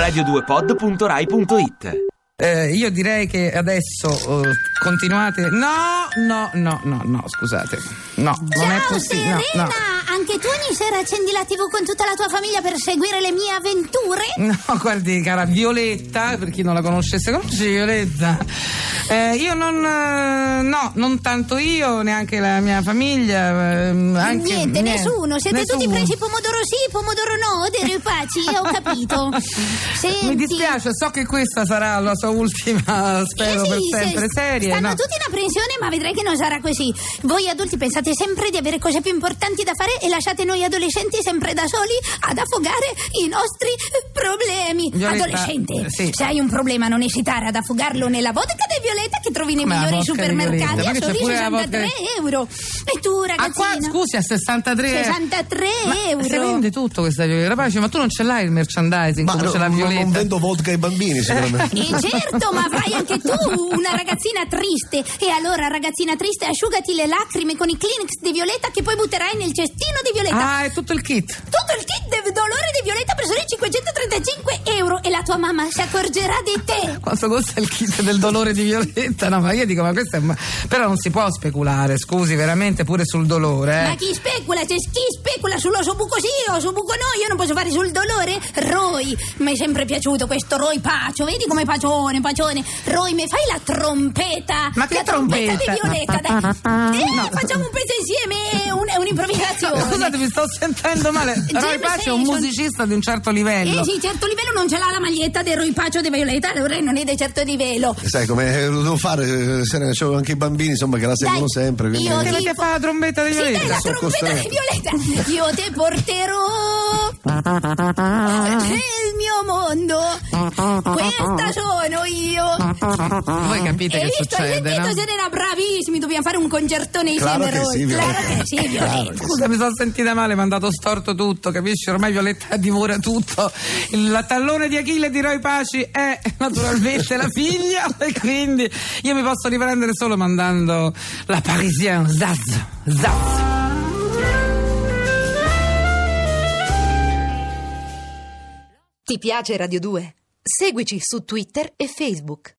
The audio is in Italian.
radio2pod.rai.it. Io direi che adesso continuate. No, scusate. No, non è possibile. Serena, anche tu ogni sera accendi la TV con tutta la tua famiglia per seguire le mie avventure? No, guardi, cara Violetta, per chi non la conoscesse, conosci Violetta? Io non tanto io, neanche la mia famiglia. Niente, nessuno. Siete tutti presi pomodoro sì, pomodoro no, dei Repaci, ho capito. Senti. Mi dispiace, so che questa sarà la sua ultima, spero per sempre, serie. Stanno tutti in apprensione, ma vedrai che non sarà così. Voi adulti pensate sempre di avere cose più importanti da fare e lasciate noi adolescenti sempre da soli ad affogare i nostri problemi. Violetta, adolescente, sì. Se hai un problema non esitare ad affogarlo nella vodka di Violetta che trovi nei migliori supermercati a soli 63 euro. E tu, ragazzina? Ah, qua, scusi, a 63 euro. Si vende tutto questa Violetta. Ma tu non ce l'hai il merchandising come ce l'ha Violetta? Non vendo vodka ai bambini, secondo me. Certo, ma avrai anche tu una ragazzina triste. E allora, ragazzina triste, asciugati le lacrime con i Kleenex di Violetta che poi butterai nel cestino di Violetta. Ah, è tutto il kit. Tutto il kit del dolore di Violetta per soli 535 euro. E la tua mamma si accorgerà di te. Quanto costa il kit del dolore di Violetta? No, ma io dico, ma questo è... Però non si può speculare, scusi, veramente, pure sul dolore, Ma chi specula? C'è chi specula sull'osobuco sì, osobuco no? Io non posso fare sul dolore? Roy, mi è sempre piaciuto questo Roy Pacio. Vedi come pacione. Roy, mi fai la trompeta? Ma che la trompeta di Violetta, dai. No. Facciamo un pezzo insieme, un'improvvisazione. Scusate, mi sto sentendo male. Roy Pacio è un musicista di un certo livello. Sì, certo livello non ce l'ha la maglietta del Roy Pacio di Violetta, allora non è di certo livello. Sai come devo fare? C'ho anche i bambini, insomma, che la seguono sempre. Quindi... io Che ti fa la trombetta di Violetta? Sì, dai, la trombetta di Violetta. Io ti porterò nel mio mondo. Questa sono io. Voi capite che succede, Hai no? sentito, Serena? Bravissimi, dobbiamo fare un concertone insieme, Claro che Roy. sì, Claro che sì, Violetta. Scusa, mi sono sentita male, mi è andato storto tutto, capisci? Ormai Violetta divora tutto. Il tallone di Achille di Roy Paci è naturalmente la figlia, e quindi io mi posso riprendere solo mandando la Parisienne Zaz. Ti piace Radio 2? Seguici su Twitter e Facebook.